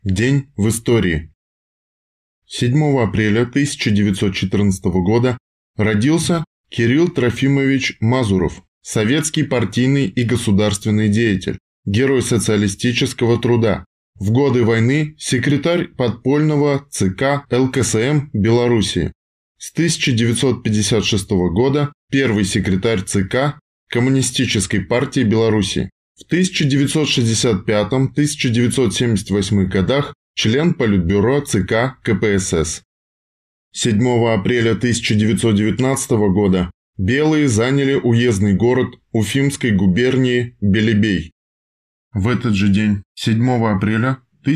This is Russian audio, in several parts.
День в истории. 7 апреля 1914 года родился Кирилл Трофимович Мазуров, советский партийный и государственный деятель, герой социалистического труда. В годы войны секретарь подпольного ЦК ЛКСМ Белоруссии. С 1956 года первый секретарь ЦК Коммунистической партии Беларуси. В 1965-1978 годах член Политбюро ЦК КПСС. 7 апреля 1919 года белые заняли уездный город Уфимской губернии Белебей. В этот же день, 7 апреля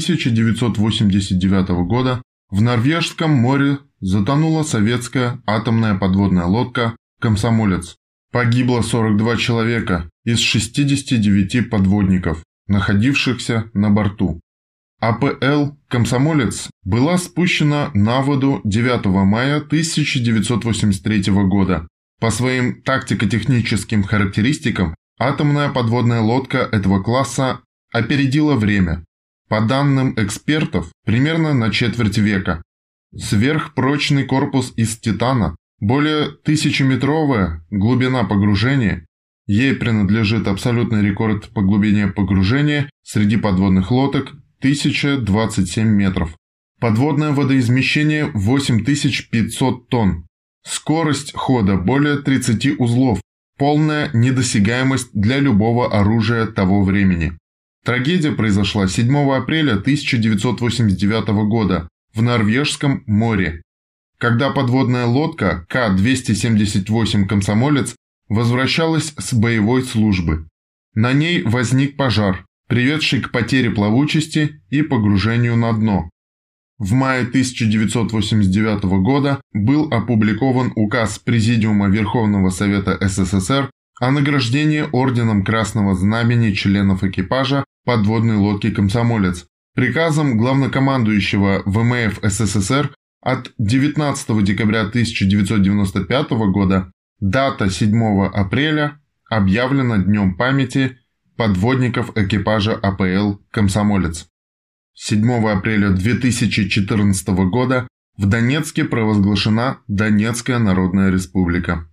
1989 года, в Норвежском море затонула советская атомная подводная лодка «Комсомолец». Погибло 42 человека из 69 подводников, находившихся на борту. АПЛ «Комсомолец» была спущена на воду 9 мая 1983 года. По своим тактико-техническим характеристикам атомная подводная лодка этого класса опередила время. По данным экспертов, примерно на четверть века. Сверхпрочный корпус из титана, более 1000-метровая глубина погружения, ей принадлежит абсолютный рекорд по глубине погружения среди подводных лодок 1027 метров. Подводное водоизмещение 8500 тонн. Скорость хода более 30 узлов. Полная недосягаемость для любого оружия того времени. Трагедия произошла 7 апреля 1989 года в Норвежском море, когда подводная лодка К-278 «Комсомолец» возвращалась с боевой службы. На ней возник пожар, приведший к потере плавучести и погружению на дно. В мае 1989 года был опубликован указ Президиума Верховного Совета СССР о награждении орденом Красного Знамени членов экипажа подводной лодки «Комсомолец». Приказом главнокомандующего ВМФ СССР от 19 декабря 1995 года дата 7 апреля объявлена Днем памяти подводников экипажа АПЛ «Комсомолец». 7 апреля 2014 года в Донецке провозглашена Донецкая Народная Республика.